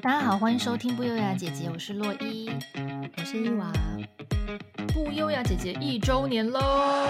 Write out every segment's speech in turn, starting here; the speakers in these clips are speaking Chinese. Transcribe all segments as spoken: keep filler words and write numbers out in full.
大家好，欢迎收听不优雅姐姐，我是洛伊， 我是伊娃。 不优雅姐姐一周年喽！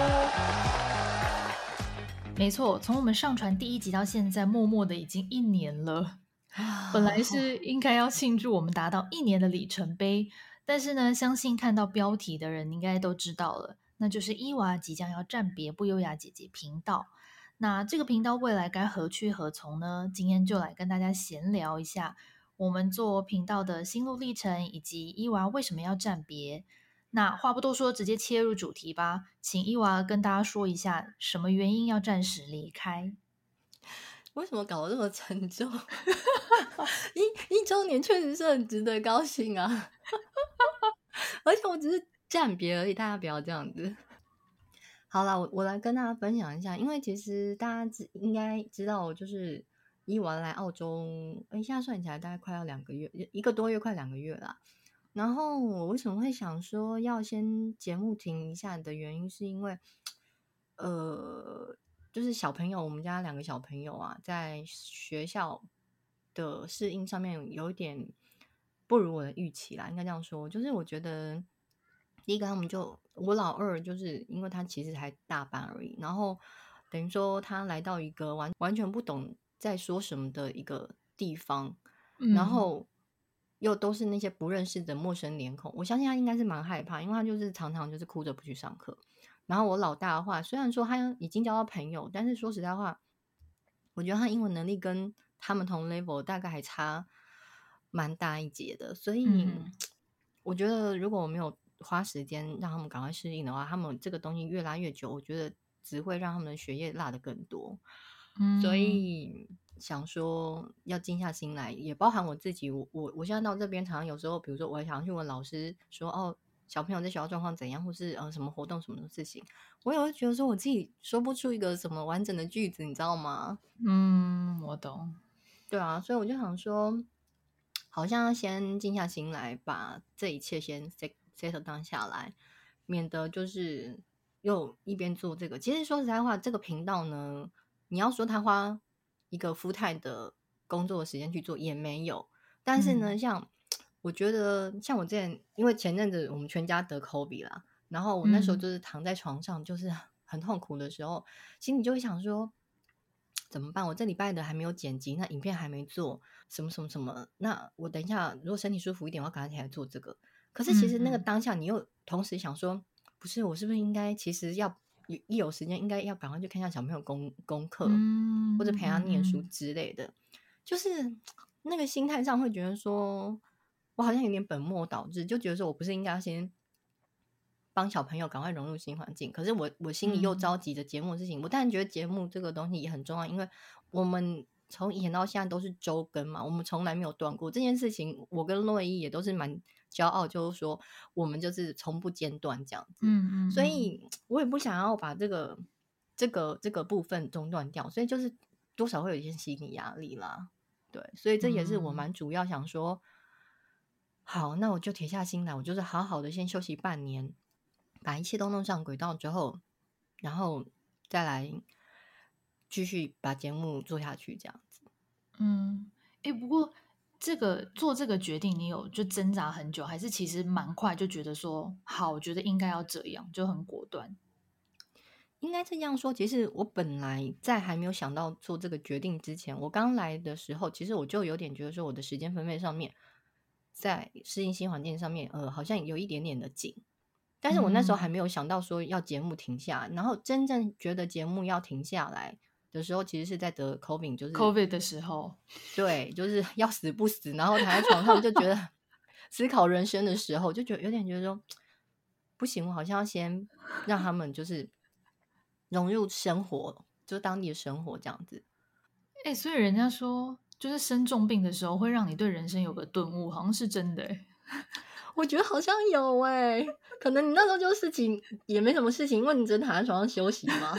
没错，从我们上传第一集到现在，默默的已经一年了。本来是应该要庆祝我们达到一年的里程碑，但是呢，相信看到标题的人应该都知道了，那就是伊娃即将要暂别不优雅姐姐频道。那这个频道未来该何去何从呢？今天就来跟大家闲聊一下我们做频道的心路历程，以及伊娃为什么要暂别。那话不多说，直接切入主题吧，请伊娃跟大家说一下什么原因要暂时离开。 为什么搞得这么沉重？一一周年确实是很值得高兴啊！而且我只是暂别而已，大家不要这样子。好啦，我我来跟大家分享一下，因为其实大家知应该知道，就是伊娃来澳洲，哎，现在算起来大概快要两个月，一个多月，快两个月啦。然后我为什么会想说要先节目停一下的原因，是因为，呃。就是小朋友，我们家两个小朋友啊，在学校的适应上面有一点不如我的预期啦，应该这样说。就是我觉得第一个，他们就我老二，就是因为他其实才大班而已，然后等于说他来到一个完完全不懂在说什么的一个地方， 嗯、 然后又都是那些不认识的陌生脸孔，我相信他应该是蛮害怕，因为他就是常常就是哭着不去上课。然后我老大的话，虽然说他已经交到朋友，但是说实在话，我觉得他英文能力跟他们同 level 大概还差蛮大一截的，所以、嗯、我觉得如果我没有花时间让他们赶快适应的话，他们这个东西越拉越久，我觉得只会让他们的学业落得更多。嗯、所以想说要静下心来，也包含我自己。我我我现在到这边，常常有时候，比如说我想去问老师说，哦。小朋友在学校状况怎样，或是呃什么活动什么事情，我也会觉得说我自己说不出一个什么完整的句子，你知道吗？ 嗯，我懂。 对啊，所以我就想说，好像要先静下心来，把这一切先 set set down 下来，免得就是又一边做这个。其实说实在话，这个频道呢，你要说他花一个 full time 的工作的时间去做，也没有。但是呢，嗯、像我觉得，像我之前，因为前阵子我们全家得 COVID 啦，然后我那时候就是躺在床上，就是很痛苦的时候，嗯、心里就会想说，怎么办？我这礼拜的还没有剪辑，那影片还没做，什么什么什么，那我等一下如果身体舒服一点，我要赶快起来做这个。可是其实那个当下，你又同时想说，嗯、不是我是不是应该，其实要一有时间，应该要赶快去看一下小朋友功功课，嗯、或者陪他念书之类的，就是那个心态上会觉得说。我好像有点本末倒置，就觉得说我不是应该要先帮小朋友赶快融入新环境，可是我我心里又着急着节目的事情。嗯、我当然觉得节目这个东西也很重要，因为我们从以前到现在都是周更嘛，我们从来没有断过这件事情。我跟洛伊也都是蛮骄傲，就是说我们就是从不间断这样子。嗯嗯嗯，所以我也不想要把这个这个这个部分中断掉，所以就是多少会有一些心理压力啦。对，所以这也是我蛮主要想说。嗯好，那我就铁下心来，我就是好好的先休息半年，把一切都弄上轨道之后，然后再来继续把节目做下去，这样子。 嗯，哎，不过这个做这个决定，你有就挣扎很久，还是其实蛮快就觉得说，好，我觉得应该要这样，就很果断。 应该这样说，其实我本来在还没有想到做这个决定之前，我刚来的时候，其实我就有点觉得说，我的时间分配上面。在适应新环境上面，呃，好像有一点点的紧，但是我那时候还没有想到说要节目停下来，嗯、然后真正觉得节目要停下来的时候，其实是在得 COVID， 就是 COVID 的时候， 对，就是要死不死，然后躺在床上就觉得思考人生的时候，就觉得有点觉得说不行，我好像要先让他们就是融入生活，就当地的生活这样子。 哎、欸，所以人家说。就是生重病的时候会让你对人生有个顿悟，好像是真的欸。 我觉得好像有哎、欸，可能你那时候就事情也没什么事情，因为你只是躺在床上休息嘛。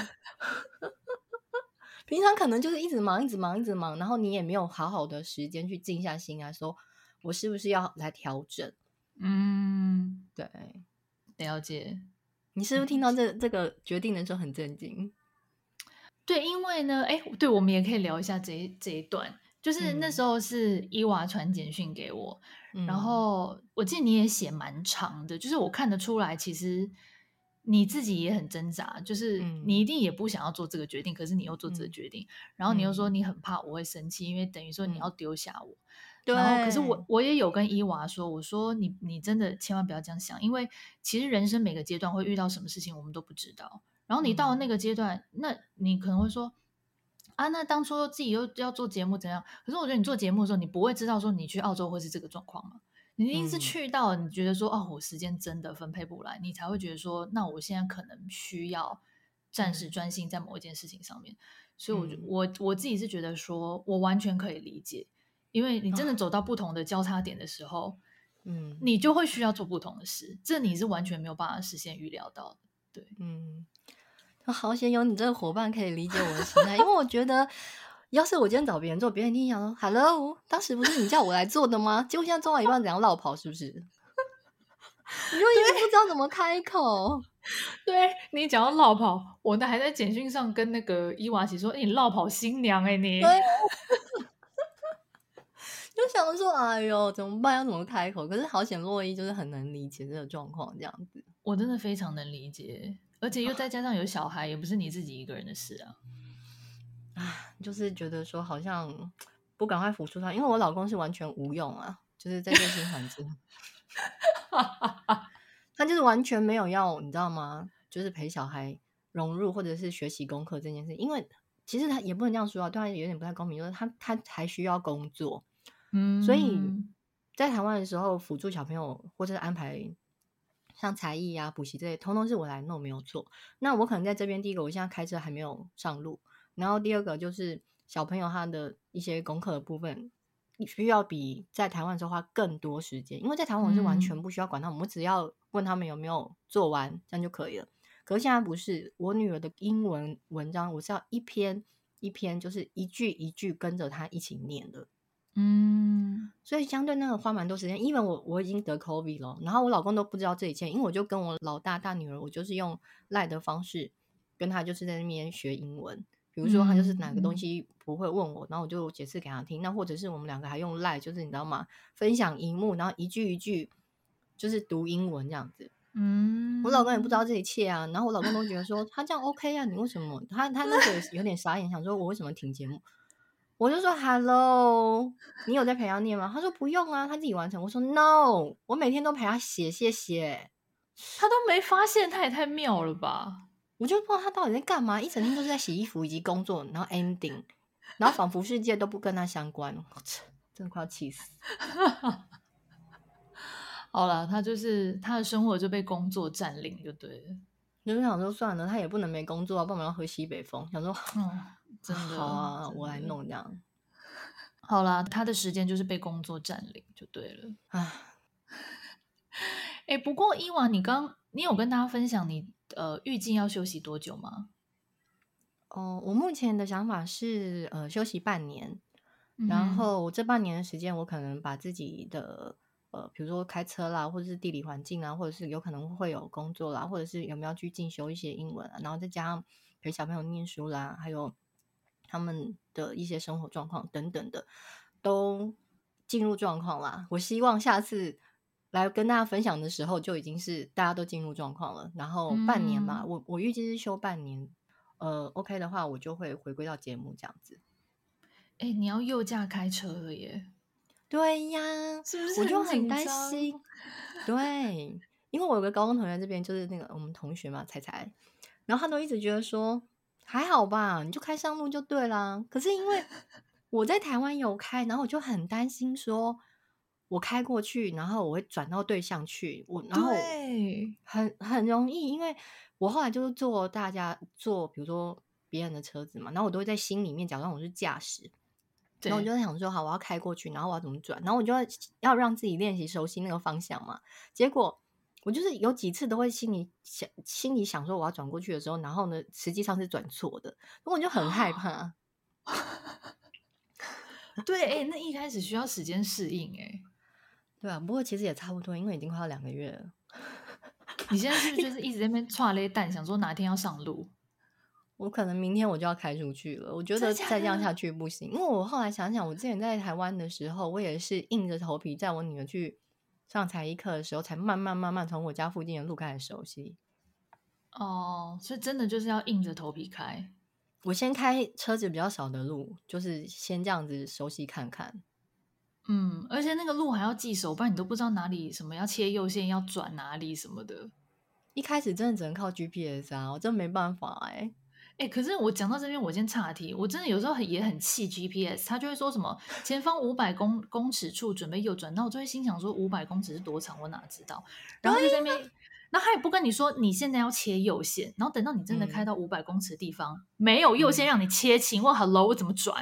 平常可能就是一直忙一直忙一直忙，然后你也没有好好的时间去静下心来说我是不是要来调整。 嗯， 对， 了解。 你是不是听到这这个决定的时候很震惊？ 对，因为呢，哎，对，我们也可以聊一下这一这一段。 就是那时嗯候是伊娃传简讯给我，然嗯后我记得你也写蛮长的，就是我看得出来，其实你自己也很挣扎，就是你一嗯定也不想要做这个决定，可是你又做这个嗯决定，然后你又说嗯你很怕我会生气，因为等于说你要嗯， 丢下我。然后，可是我对， 我也有跟伊娃说，我说你你真的千万不要这样想，因为其实人生每个阶段会遇到什么事情，我们都不知道。然后你到了那嗯个阶段，那你可能会说啊，那当初自己又要做节目怎样？可是我觉得你做节目的时候，你不会知道说你去澳洲会是这个状况嘛？你一定是嗯去到了你觉得说哦，我时间真的分配不来，你才会觉得说，那我现在可能需要暂时嗯专心在某一件事情上面。所以我就， 嗯我我自己是觉得说，我完全可以理解，因为你真的啊走到不同的交叉点的时候， 嗯你就会需要做不同的事，这你是完全没有办法实现预料到的。对， 嗯。好险有你这个伙伴可以理解我的心态，因为我觉得，要是我今天找别人做，别人一定想说 “hello”，当时不是你叫我来做的吗？结果现在做到一半怎样落跑，是不是？你就一直不知道怎么开口。 对你讲到落跑，我呢还在简讯上跟那个伊娃写说：“哎、你落跑新娘哎、你。” 对，就想说，哎呦，怎么办？要怎么开口？可是好险，洛伊就是很能理解这个状况，这样子。 我真的非常能理解，而且又再加上有小孩，也不是你自己一个人的事啊。 唉，就是觉得说，好像不赶快辅助他，因为我老公是完全无用啊，就是在这个新环境。他就是完全没有要，你知道吗？就是陪小孩融入或者是学习功课这件事，因为其实他也不能这样说啊，对他有点不太公平，就是他他还需要工作，所以嗯在台湾的时候辅助小朋友或者是安排像才艺啊、补习这些，通通是我来弄，没有错。那我可能在这边，第一个我现在开车还没有上路，然后第二个就是小朋友他的一些功课的部分。需要比在台湾的时候花更多时间，因为在台湾我是完全嗯不需要管他们，我只要问他们有没有做完，这样就可以了。可是现在不是，我女儿的英文文章我是要一篇一篇，就是一句一句跟着她一起念的， 嗯所以相对那个花蛮多时间。因为我我已经得 COVID 了，然后我老公都不知道这一切，因为我就跟我老大大女儿，我就是用赖的方式跟她就是在那边学英文。比如说他就是哪个东嗯西不会问我，然后我就解释给他听。那或者是我们两个还用 Line，就是你知道吗？分享荧幕，然后一句一句就是读英文这样子。我老公也不知道嗯， 这一切啊，然后我老公都觉得说他这样 OK 啊，你为什么？他他那时候也有点傻眼，想说我为什么停节目？我就说 Hello，你有在陪他念吗？他说不用啊，他自己完成。我说 No，我每天都陪他写，谢谢。 他都没发现，他也太妙了吧？ 我就不知道他到底在干嘛，一整天都是在洗衣服以及工作，然后 ending，然后仿佛世界都不跟他相关，我真的快要气死。 好了，他就是他的生活就被工作占领，就对了。 就是想说算了，他也不能没工作啊，不然要喝西北风。想说嗯，真的好啊， 真我来的弄这样。 好啦，他的时间就是被工作占领，就对了。 唉， 哎，不过伊娃，你刚你有跟大家分享你呃预计要休息多久吗？ 哦，我目前的想法是呃休息半年，然嗯后这半年的时间，我可能把自己的呃，比如说开车啦，或者是地理环境啊，或者是有可能会有工作啦，或者是有没有去进修一些英文啊，然后再加上陪小朋友念书啦，还有他们的一些生活状况等等的，都进入状况啦。我希望下次来跟大家分享的时候，就已经是大家都进入状况了。然后半年吧， 嗯， 我我预计是休半年，呃，OK 的话，我就会回归到节目这样子。 哎，你要右驾开车了耶， 对呀， 是不是我就很很担紧张？ 心。对，因为我有个高中同学这边就是那个我们同学嘛，彩彩，然后他都一直觉得说还好吧，你就开上路就对啦。可是因为我在台湾有开，然后我就很担心说，我开过去，然后我会转到对象去，我然后对， 很很容易，因为我后来就是坐大家坐，比如说别人的车子嘛，然后我都会在心里面假装我是驾驶。然后我就对， 在想说，好，我要开过去，然后我要怎么转，然后我就要要让自己练习熟悉那个方向嘛。结果我就是有几次都会心里想，心里想说我要转过去的时候，然后呢，实际上是转错的，我就很害怕。 对，哎，那一开始需要时间适应，哎， 对啊，不过其实也差不多，因为已经快要两个月了。 你现在是不是就是一直在那边串了一蛋，想说哪天要上路？ 我可能明天我就要开出去了，我觉得再这样下去不行。因为我后来想想，我之前在台湾的时候，我也是硬着头皮，在我女儿去上才艺课的时候，才慢慢慢慢从我家附近的路开始熟悉。 哦，所以真的就是要硬着头皮开。 我先开车子比较少的路，就是先这样子熟悉看看。 嗯，而且那个路还要记熟，不然你都不知道哪里什么要切右线，要转哪里什么的。 一开始真的只能靠 G P S 啊，我真没办法哎、欸。 哎、欸，可是我讲到这边，我先岔题。我真的有时候很也很气 G P S， 他就会说什么前方五百公公尺处准备右转，那我就会心想说五百公尺是多长，我哪知道？然后就在那边，然后他也不跟你说你现在要切右线，然后等到你真的开到五百公尺的地方，嗯、没有右线让你切，请问 Hello 我怎么转？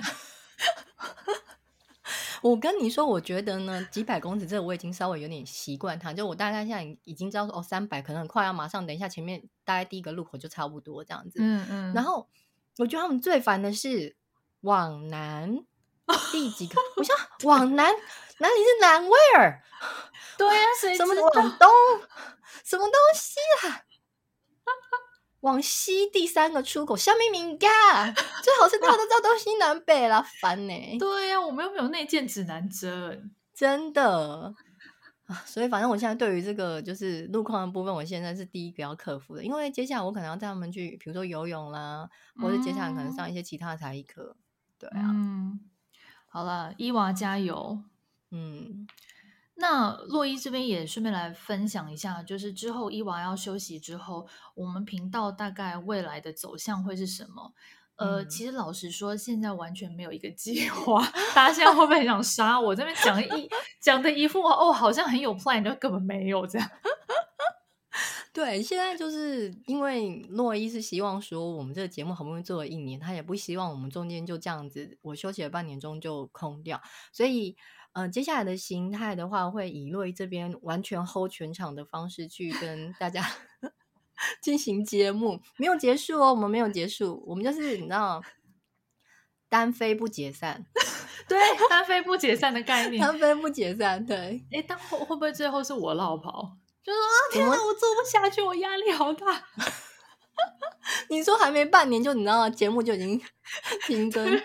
我跟你说，我觉得呢，几百公尺这个我已经稍微有点习惯它，就我大概现在已经知道说哦，三百可能很快要马上，等一下前面大概第一个路口就差不多这样子。 嗯嗯。 然后我觉得他们最烦的是往南第几个？我想往南哪里是南威尔？ 对呀、啊，谁什么往东？什么东西啦？往西第三个出口，下面敏感，最好是大家都知道东西南北啦，烦呢、欸。 对呀、啊，我们又没有内建指南针， 真的啊。所以反正我现在对于这个就是路况的部分，我现在是第一个要克服的，因为接下来我可能要带他们去，比如说游泳啦，或者接下来可能上一些其他的才艺课。对啊， 嗯，好了，伊娃加油。 嗯。 那洛伊这边也顺便来分享一下，就是之后伊娃要休息之后，我们频道大概未来的走向会是什么？呃， 嗯、 其实老实说，现在完全没有一个计划。大家现在会不会很想杀我？这边讲一讲的一副哦，好像很有 plan，就根本没有这样。 对，现在就是因为洛伊是希望说，我们这个节目好不容易做了一年，他也不希望我们中间就这样子，我休息了半年中就空掉，所以。呃，接下来的形态的话，会以洛伊这边完全 hold 全场的方式去跟大家进行节目，没有结束哦，我们没有结束，我们就是你知道，单飞不解散， 对，单飞不解散的概念， 单飞不解散，对。 哎，但会会不会最后是我落跑？就说啊，天啊，我做不下去，我压力好大。 你说还没半年就你知道节目就已经停更。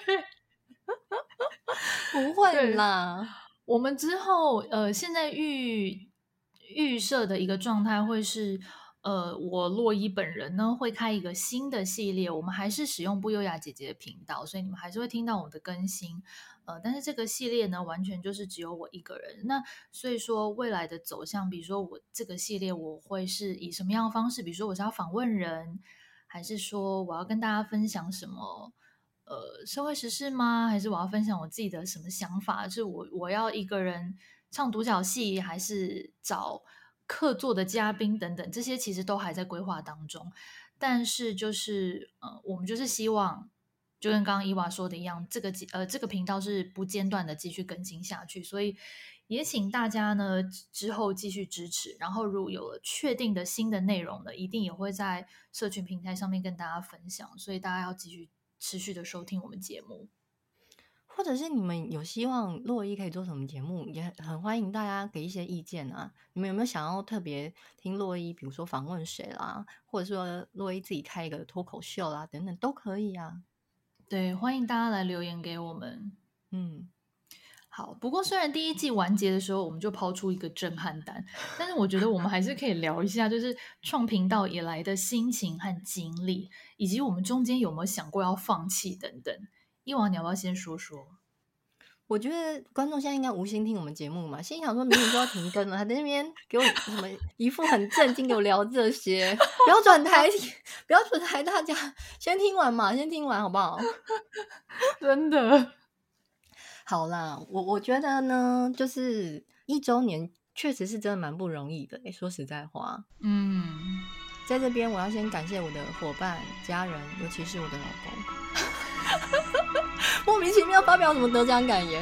不会啦， 我们之后呃，现在预预设的一个状态会是，呃，我洛伊本人呢会开一个新的系列，我们还是使用不优雅姐姐的频道，所以你们还是会听到我们的更新，呃，但是这个系列呢，完全就是只有我一个人。那所以说未来的走向，比如说我这个系列我会是以什么样的方式？比如说我是要访问人，还是说我要跟大家分享什么？呃，社会时事吗？还是我要分享我自己的什么想法？是我我要一个人唱独角戏，还是找客座的嘉宾等等？这些其实都还在规划当中。但是就是呃，我们就是希望，就跟刚刚伊娃说的一样，这个呃这个频道是不间断的继续更新下去，所以也请大家呢之后继续支持。然后如果有了确定的新的内容呢，一定也会在社群平台上面跟大家分享，所以大家要继续持续的收听我们节目， 或者是你们有希望洛伊可以做什么节目，也很欢迎大家给一些意见啊。你们有没有想要特别听洛伊，比如说访问谁啦，或者说洛伊自己开一个脱口秀啦，等等都可以啊。 对，欢迎大家来留言给我们。 嗯， 好，不过虽然第一季完结的时候我们就抛出一个震撼弹，但是我觉得我们还是可以聊一下，就是创频道以来的心情和经历，以及我们中间有没有想过要放弃等等。伊娃，你要不要先说说？ 我觉得观众现在应该无心听我们节目嘛，心想说明明就要停更了，还在那边给我什么一副很震惊给我聊这些，不要转台，不要转台，大家先听完嘛，先听完好不好？ 真的。 好啦，我我觉得呢，就是一周年确实是真的蛮不容易的。说实在话， 嗯， 在这边我要先感谢我的伙伴、家人，尤其是我的老公。莫名其妙发表什么得奖感言。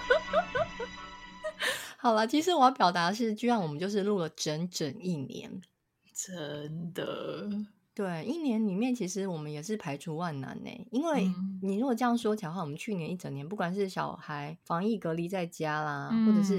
好啦，其实我要表达的是，居然我们就是录了整整一年， 真的。 对，一年里面其实我们也是排除万难呢。因为你如果这样说起来的话，我们去年一整年，不管是小孩防疫隔离在家啦，嗯、或者是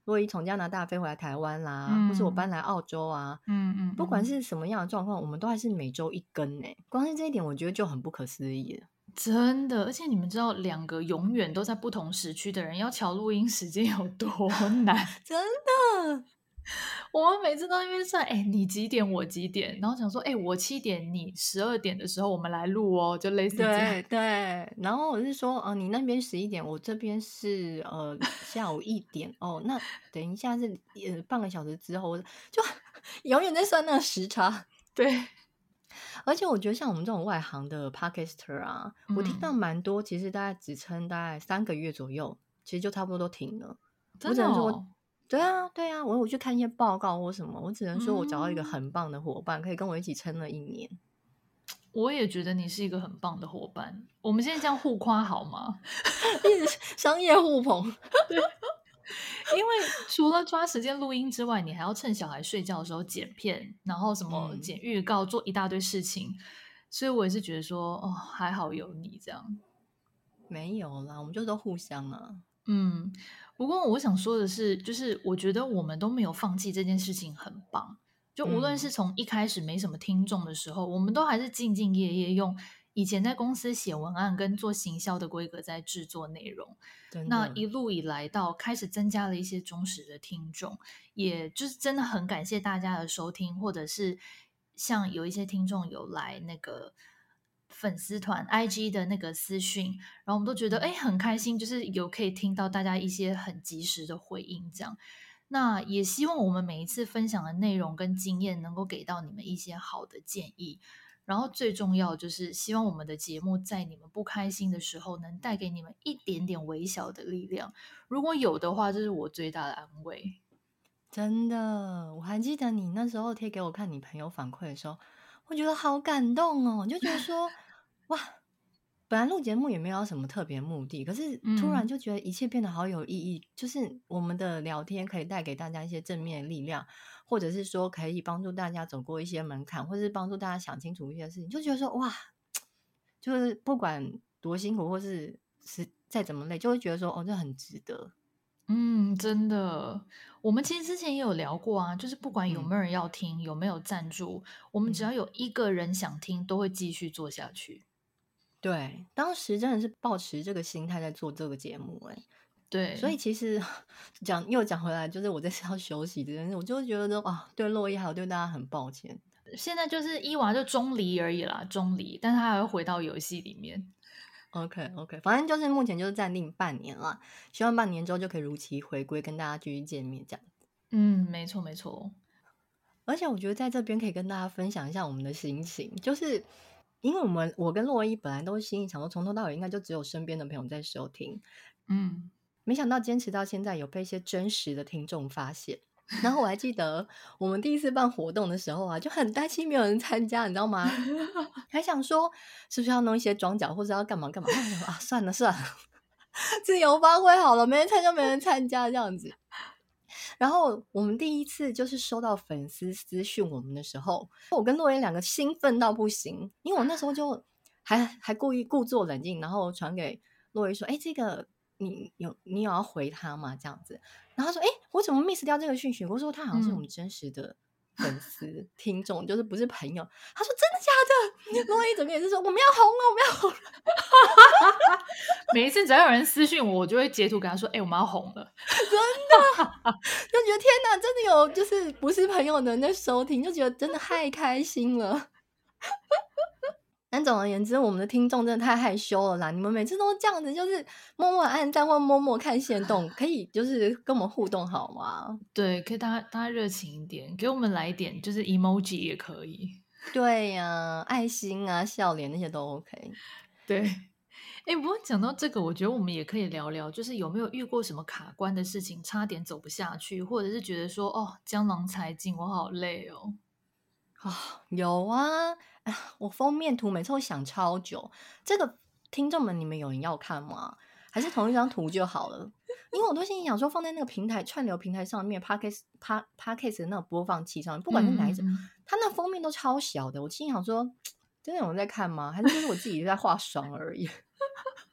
洛伊从加拿大飞回来台湾啦， 嗯或是我搬来澳洲啊， 嗯嗯， 不管是什么样的状况，我们都还是每周一更呢。光是这一点，我觉得就很不可思议了。 真的，而且你们知道，两个永远都在不同时区的人要调录音时间有多难？ 真的。 我们每次都在那边算，哎、欸，你几点，我几点，然后想说，哎、欸，我七点，你十二点的时候，我们来录哦，就类似这样。 对对，然后我是说，哦、呃，你那边十一点，我这边是呃下午一点哦，那等一下是呃半个小时之后，就永远在算那个时差。 对。 而且我觉得像我们这种外行的 podcaster 啊， 嗯、 我听到蛮多，其实大概只撑大概三个月左右，其实就差不多都停了。 真的哦？ 我只能说，对啊，对啊，我我去看一些报告或什么，我只能说我找到一个嗯很棒的伙伴，可以跟我一起撑了一年。 我也觉得你是一个很棒的伙伴，我们现在这样互夸好吗？ 一直商业互捧。 对。因为除了抓时间录音之外，你还要趁小孩睡觉的时候剪片，然后什么剪预告，嗯、做一大堆事情，所以我也是觉得说，哦，还好有你这样。 没有啦，我们就都互相啊。 嗯，不过我想说的是，就是我觉得我们都没有放弃这件事情，很棒。就无论是从一开始没什么听众的时候，嗯、我们都还是兢兢业业用以前在公司写文案跟做行销的规格在制作内容。那一路以来到开始增加了一些忠实的听众，也就是真的很感谢大家的收听，或者是像有一些听众有来那个粉丝团 I G 的那个私讯，然后我们都觉得哎很开心，就是有可以听到大家一些很及时的回应这样。那也希望我们每一次分享的内容跟经验能够给到你们一些好的建议，然后最重要就是希望我们的节目在你们不开心的时候能带给你们一点点微小的力量，如果有的话，这是我最大的安慰。 真的，我还记得你那时候贴给我看你朋友反馈的时候，我觉得好感动哦，就觉得说哇，本来录节目也没有什么特别目的，可是突然就觉得一切变得好有意义，嗯、就是我们的聊天可以带给大家一些正面的力量，或者是说可以帮助大家走过一些门槛，或者是帮助大家想清楚一些事情，就觉得说哇，就是不管多辛苦或是是再怎么累，就会觉得说哦，这很值得。 嗯，真的，我们其实之前也有聊过啊，就是不管有没有人要听，嗯、有没有赞助，我们只要有一个人想听，都会继续做下去。 对，当时真的是抱持这个心态在做这个节目，哎， 对， 所以其实讲又讲回来，就是我这次要休息这件事，我就会觉得说啊，对洛伊还有对大家很抱歉。 现在就是伊娃就中离而已啦，中离，但他还会回到游戏里面。 OK OK， 反正就是目前就是暂定半年了，希望半年之后就可以如期回归，跟大家继续见面这样。 嗯，没错没错。 而且我觉得在这边可以跟大家分享一下我们的心情，就是因为我们我跟洛伊本来都是心里想说，从头到尾应该就只有身边的朋友在收听， 嗯， 没想到坚持到现在有被一些真实的听众发现。然后我还记得我们第一次办活动的时候啊，就很担心没有人参加，你知道吗？还想说是不是要弄一些装脚，或者要干嘛干嘛？啊，算了算了，自由发挥好了，没人参加没人参加这样子。然后我们第一次就是收到粉丝私讯我们的时候，我跟洛伊两个兴奋到不行，因为我那时候就还还故意故作冷静，然后传给洛伊说：“哎，这个你有你有要回他吗？”这样子，然后他说：“哎，我怎么 miss 掉这个讯息？”我说：“他好像是我们真实的粉丝、嗯、听众，就是不是朋友。”他说：“真的假的？”洛伊整个也是说：“我们要红了，我们要红了。” 每一次只要有人私讯我，我就会截图给他说：“哎、欸，我们要红了。” 真的，就觉得天哪，真的有就是不是朋友的人在收听，就觉得真的太开心了。但总而言之，我们的听众真的太害羞了啦！你们每次都这样子，就是默默按赞或默默看限动，可以就是跟我们互动好吗？ 对，可以大家大家热情一点，给我们来一点就是 emoji 也可以。 对呀、啊，爱心啊、笑脸那些都 OK。 对，哎，不过讲到这个，我觉得我们也可以聊聊，就是有没有遇过什么卡关的事情，差点走不下去，或者是觉得说哦，江郎才尽，我好累哦。 啊、哦，有啊，我封面图每次都想超久。这个听众们，你们有人要看吗？还是同一张图就好了？因为我都心里想说，放在那个平台串流平台上面 ，Podcast Podcast 的那个播放器上面，不管是哪一种，嗯嗯它那封面都超小的。我心里想说，真的有人在看吗？还是就是我自己在画爽而已？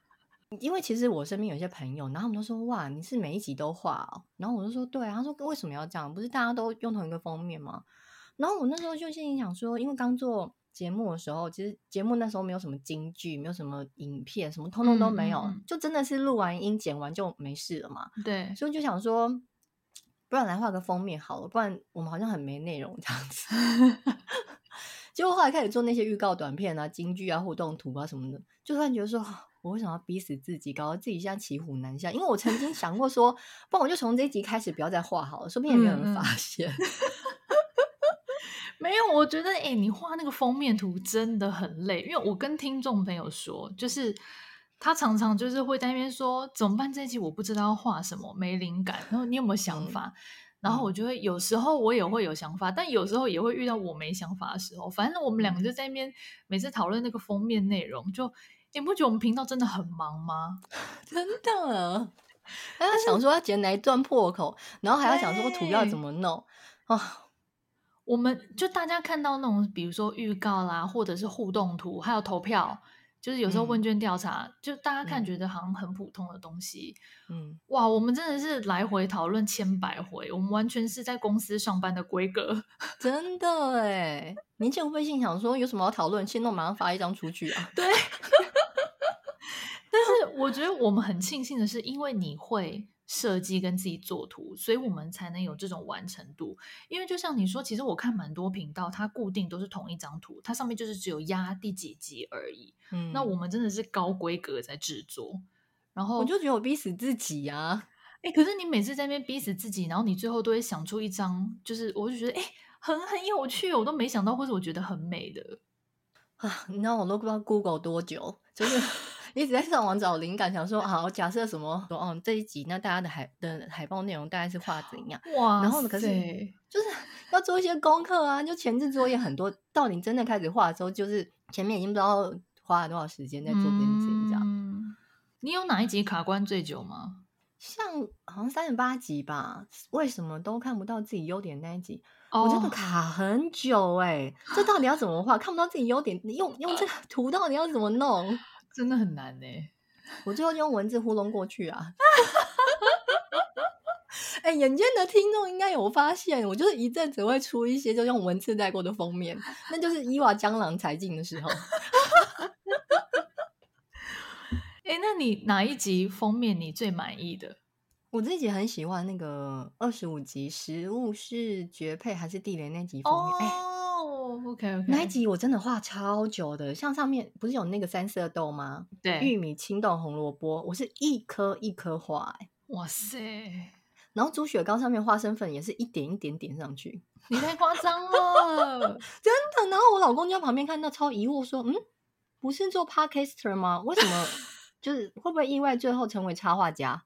因为其实我身边有一些朋友，然后他们都说哇，你是每一集都画哦，然后我就说对啊，他说为什么要这样？不是大家都用同一个封面吗？然后我那时候就心里想说，因为刚做节目的时候，其实节目那时候没有什么金句，没有什么影片，什么通通都没有， 嗯嗯就真的是录完音剪完就没事了嘛。 嗯，对， 所以就想说，不然来画个封面好了，不然我们好像很没内容这样子。结果后来开始做那些预告短片啊、金句啊、互动图啊什么的，就突然觉得说，我为什么要逼死自己，搞得自己现在骑虎难下？因为我曾经想过说，不然我就从这一集开始不要再画好了，说不定也没有人发现。 嗯嗯没有，我觉得哎、欸，你画那个封面图真的很累，因为我跟听众朋友说，就是他常常就是会在那边说怎么办，这一集我不知道要画什么，没灵感，然后你有没有想法？ 嗯然后我就会有时候我也会有想法，但有时候也会遇到我没想法的时候。反正我们两个就在那边每次讨论那个封面内容，就你不觉得我们频道真的很忙吗？ 真的，还要想说要剪哪一段破口，然后还要想说图要怎么弄啊。 我们就大家看到那种，比如说预告啦，或者是互动图，还有投票，就是有时候问卷调查，嗯、就大家看觉得好像很普通的东西，嗯，哇，我们真的是来回讨论千百回，我们完全是在公司上班的规格， 真的哎，年轻人会心想说有什么要讨论，先弄马上发一张出去啊， 对。但是我觉得我们很庆幸的是，因为你会设计跟自己做图，所以我们才能有这种完成度。因为就像你说，其实我看蛮多频道，它固定都是同一张图，它上面就是只有压第几集而已。嗯，那我们真的是高规格在制作，然后我就觉得我逼死自己啊！ 哎，可是你每次在那边逼死自己，然后你最后都会想出一张，就是我就觉得哎，很很有趣，我都没想到，或者我觉得很美的啊！你知道我都不知道 Google 多久，就是一直在上网找灵感，想说好，假设什么说哦，这一集那大家的海的海报内容大概是画怎样？ 哇， 然后呢，可是就是要做一些功课啊，就前置作业很多，到你真的开始画的时候，就是前面已经不知道花了多少时间在做这件事情，这样。 嗯，你有哪一集卡关最久吗？ 像好像三十八集吧，为什么都看不到自己优点那一集？哦、我真的卡很久哎、欸，这到底要怎么画？看不到自己优点，用用这个图到底要怎么弄？ 真的很难哎、欸， 我最后就用文字糊弄过去啊。哎、欸，眼尖的听众应该有发现，我就是一阵子会出一些就用文字带过的封面，那就是伊娃江郎才尽的时候。 哎、欸，那你哪一集封面你最满意的？ 我自己很喜欢那个二十五集食物是绝配还是地雷那集封面。哎、 哦、欸、，OK OK， 那一集我真的画超久的，像上面不是有那个三色豆吗？ 对， 玉米、青豆、红萝卜，我是一颗一颗画、欸。 哇塞！ 然后猪血糕上面花生粉也是一点一点点上去， 你太夸张了， 真的。然后我老公就在旁边看到超疑惑说：“嗯，不是做 podcaster 吗？为什么就是会不会意外最后成为插画家？”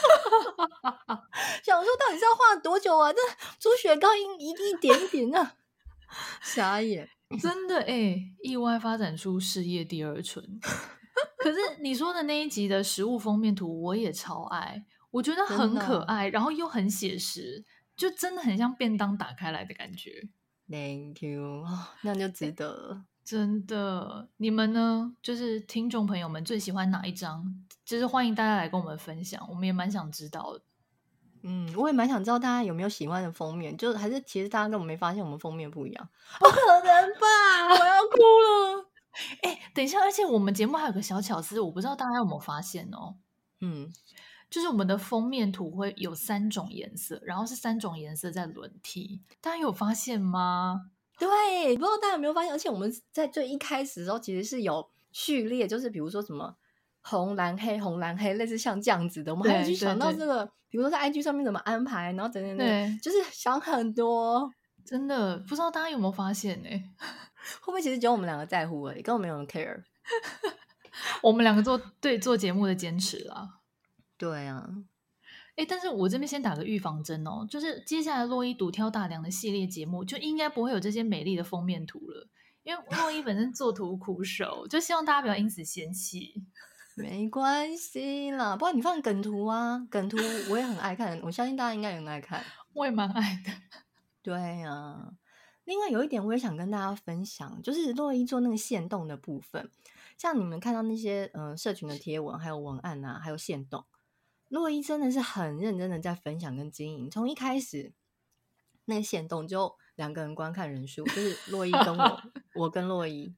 想说到底是要画多久啊？这猪血糕一一点一点啊，傻眼， 真的哎、欸，意外发展出事业第二春。可是你说的那一集的食物封面图，我也超爱。我觉得很可爱，然后又很写实，就真的很像便当打开来的感觉。 Thank you， 那就值得了。 真的，你们呢？就是听众朋友们最喜欢哪一张？就是欢迎大家来跟我们分享，我们也蛮想知道的。 嗯，我也蛮想知道大家有没有喜欢的封面，就还是其实大家根本没发现我们封面不一样。不可能吧！我要哭了。 哎、欸，等一下，而且我们节目还有个小巧思，我不知道大家有没有发现哦。 嗯。 就是我们的封面图会有三种颜色，然后是三种颜色在轮替，大家有发现吗？ 对，不知道大家有没有发现？而且我们在最一开始的时候其实是有序列，就是比如说什么红蓝黑红蓝黑，类似像这样子的，我们还有去想到这个，比如说在 I G 上面怎么安排，然后等等等，就是想很多。 真的不知道大家有没有发现呢、欸？ 会不会其实只有我们两个在乎而已，根本没有人 care？ 我们两个做对做节目的坚持啦。 对啊， 哎，但是我这边先打个预防针哦，就是接下来洛伊独挑大梁的系列节目就应该不会有这些美丽的封面图了，因为洛伊本身作图苦手，就希望大家不要因此嫌弃。 没关系啦，不然你放梗图啊，梗图我也很爱看，我相信大家应该也很爱看。 我也蛮爱的。 对啊，另外有一点我也想跟大家分享，就是洛伊做那个限动的部分。 像你们看到那些呃社群的贴文还有文案啊还有限动，洛伊真的是很认真的在分享跟经营，从一开始那个限动就两个人观看人数，就是洛伊跟我我跟洛伊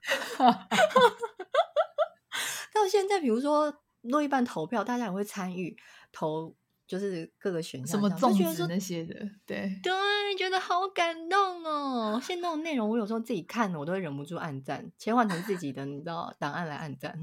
到现在比如说洛伊办投票大家也会参与投，就是各个选项什么粽子就觉得说那些的，对对，觉得好感动哦。限动的内容我有时候自己看我都会忍不住按赞，切换成自己的你知道档案来按赞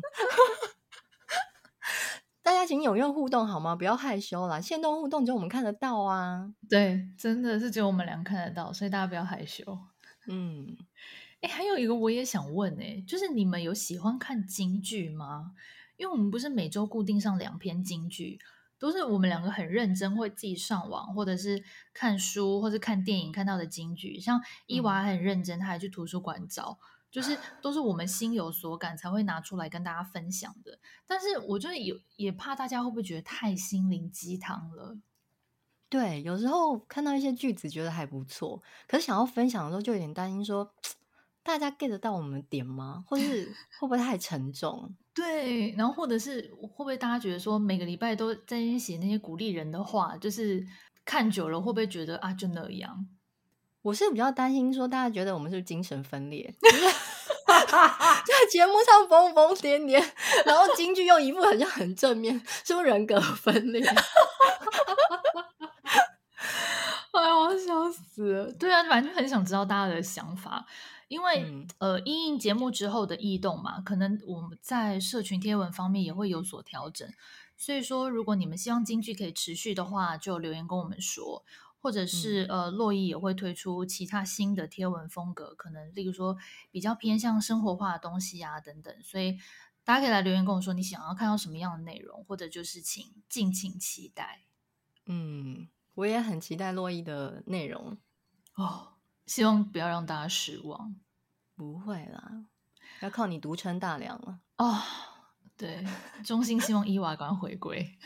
大家请踊跃互动好吗？不要害羞啦，限动互动只有我们看得到啊。 对，真的是只有我们俩看得到，所以大家不要害羞。 嗯， 哎，还有一个我也想问哎，就是你们有喜欢看京剧吗？因为我们不是每周固定上两篇京剧，都是我们两个很认真会自己上网或者是看书或者看电影看到的京剧。像伊娃很认真，他还去图书馆找，就是都是我们心有所感才会拿出来跟大家分享的。但是我就有也怕大家会不会觉得太心灵鸡汤了？ 对，有时候看到一些句子觉得还不错，可是想要分享的时候就有点担心说大家 get 得到我们的点吗？或是会不会太沉重？ 对，然后或者是会不会大家觉得说每个礼拜都在那边写那些鼓励人的话，就是看久了会不会觉得啊就那样？ 我是比较担心说大家觉得我们是不是精神分裂，就是在节目上疯疯癫癫，然后京剧又一副很像很正面，是不是人格分裂？ 哎呦，我笑死了！对啊，反正很想知道大家的想法，因为、 嗯、 呃，因应节目之后的异动嘛，可能我们在社群贴文方面也会有所调整。所以说，如果你们希望京剧可以持续的话，就留言跟我们说，或者是、 嗯、 呃，洛伊也会推出其他新的贴文风格，可能例如说比较偏向生活化的东西啊等等。所以大家可以来留言跟我说你想要看到什么样的内容，或者就是请敬请期待。 嗯，我也很期待洛伊的内容哦，希望不要让大家失望。 不会啦，要靠你独撑大梁了哦。对，衷心希望伊娃赶快回归。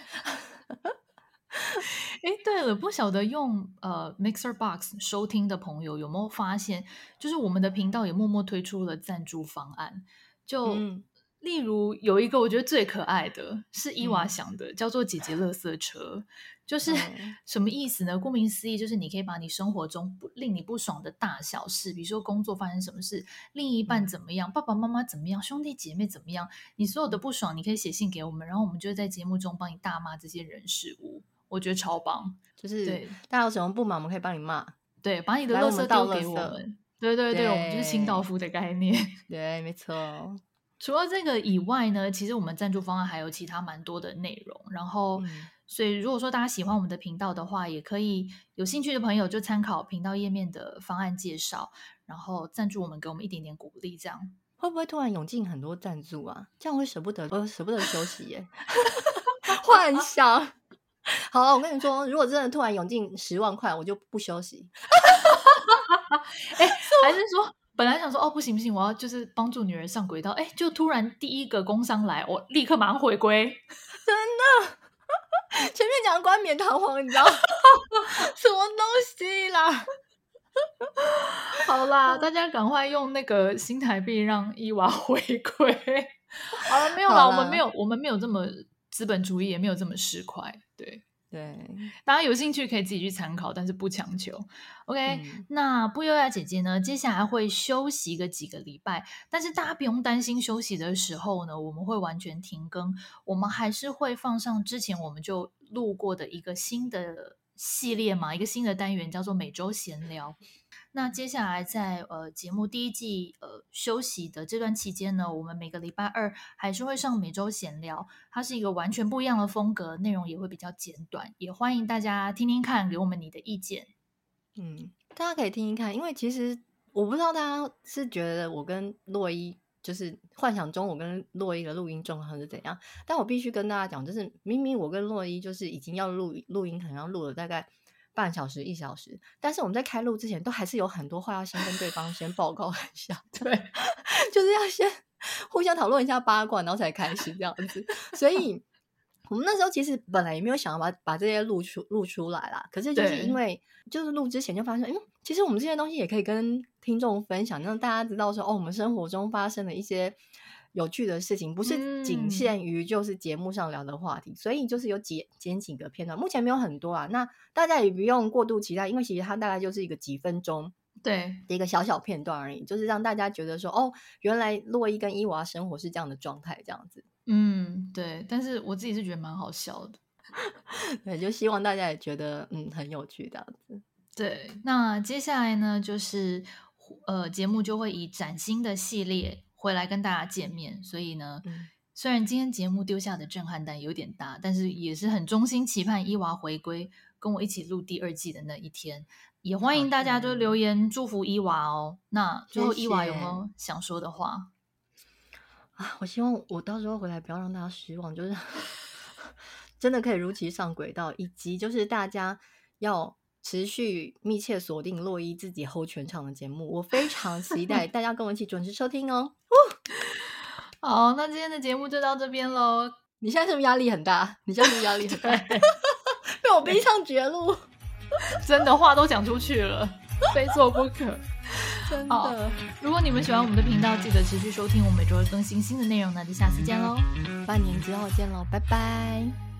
哎，对了，不晓得用呃 Mixer Box 收听的朋友有没有发现，就是我们的频道也默默推出了赞助方案。就、 嗯、 例如有一个我觉得最可爱的是伊娃嗯、 想的，叫做姐姐垃圾车。就是嗯、 什么意思呢？顾名思义，就是你可以把你生活中不令你不爽的大小事，比如说工作发生什么事，另一半怎么样，爸爸妈妈怎么样，兄弟姐妹怎么样，你所有的不爽，你可以写信给我们，然后我们就会在节目中帮你大骂这些人事物。我觉得超棒， 就是对大家有什么不满我们可以帮你骂， 对，把你的来我们倒垃圾丢给垃圾， 我们。对对对，我们就是清道对夫的概念。 对，没错。 除了这个以外呢，其实我们赞助方案还有其他蛮多的内容。然后， 嗯所以如果说大家喜欢我们的频道的话，也可以有兴趣的朋友就参考频道页面的方案介绍，然后赞助我们，给我们一点点鼓励，这样。 会不会突然涌进很多赞助啊？这样会舍不得，我舍不得休息耶。幻想。好了，我跟你说，如果真的突然涌进十万块，我就不休息。 哎，还是说本来想说哦不行不行，我要就是帮助女儿上轨道，哎，就突然第一个工商来，我立刻马上回归。 真的，前面讲冠冕堂皇，你知道什么东西啦？ 好啦，大家赶快用那个新台币让伊娃回归。好了，没有啦，我们没有，我们没有这么资本主义，也没有这么市侩。对对， 大家有兴趣可以自己去参考，但是不强求。OK，、 嗯、 那不优雅姐姐呢，接下来会休息个几个礼拜，但是大家不用担心休息的时候呢，我们会完全停更，我们还是会放上之前我们就录过的一个新的系列嘛，一个新的单元叫做每周闲聊。那接下来在呃节目第一季呃休息的这段期间呢，我们每个礼拜二还是会上每周闲聊，它是一个完全不一样的风格，内容也会比较简短，也欢迎大家听听看，给我们你的意见。 嗯，大家可以听听看，因为其实我不知道大家是觉得我跟洛伊就是幻想中我跟洛伊的录音状况是怎样，但我必须跟大家讲，就是明明我跟洛伊就是已经要录录音，可能要录了大概半小时一小时，但是我们在开录之前都还是有很多话要先跟对方先报告一下， 对， 就是要先互相讨论一下八卦，然后才开始这样子。所以我们那时候其实本来也没有想要把把这些录出录出来啦，可是就是因为就是录之前就发现，嗯，其实我们这些东西也可以跟听众分享，让大家知道说，哦，我们生活中发生的一些有趣的事情，不是仅限于就是节目上聊的话题，嗯、所以就是有剪剪几个片段，目前没有很多啊，那大家也不用过度期待，因为其实它大概就是一个几分钟对的一个小小片段而已，就是让大家觉得说哦，原来洛伊跟伊娃生活是这样的状态，这样子。 嗯，对，但是我自己是觉得蛮好笑的。 对，就希望大家也觉得嗯很有趣这样子。 对，那接下来呢，就是呃节目就会以崭新的系列回来跟大家见面，所以呢，嗯、虽然今天节目丢下的震撼弹有点大，但是也是很衷心期盼伊娃回归，跟我一起录第二季的那一天。也欢迎大家就留言祝福伊娃哦。那最后伊娃有没有想说的话？ 啊，我希望我到时候回来不要让大家失望，就是真的可以如期上轨道，以及就是大家要持续密切锁定洛伊自己 hold 全场的节目，我非常期待大家跟我一起准时收听哦。 好，那今天的节目就到这边咯。 你现在是不是压力很大？你现在是不是压力很大？被我逼上绝路。 真的话都讲出去了，非做不可。 真的， 如果你们喜欢我们的频道，记得持续收听，我们每周会更新新的内容。那就下次见喽， 半年之后见喽，拜拜。